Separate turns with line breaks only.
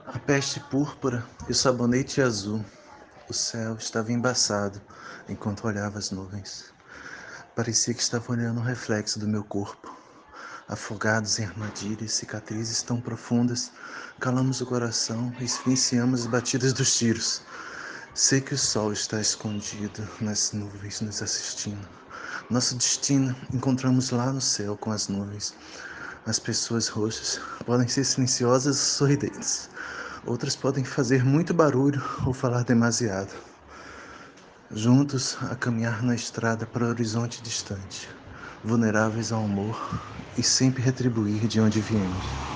A peste púrpura e o sabonete azul. O céu estava embaçado enquanto olhava as nuvens. Parecia que estava olhando o reflexo do meu corpo. Afogados em armadilhas, cicatrizes tão profundas, calamos o coração e silenciamos as batidas dos tiros. Sei que o sol está escondido nas nuvens nos assistindo. Nosso destino encontramos lá no céu com as nuvens. As pessoas roxas podem ser silenciosas e sorridentes. Outras podem fazer muito barulho ou falar demasiado. Juntos, a caminhar na estrada para o horizonte distante, vulneráveis ao amor e sempre retribuir de onde viemos.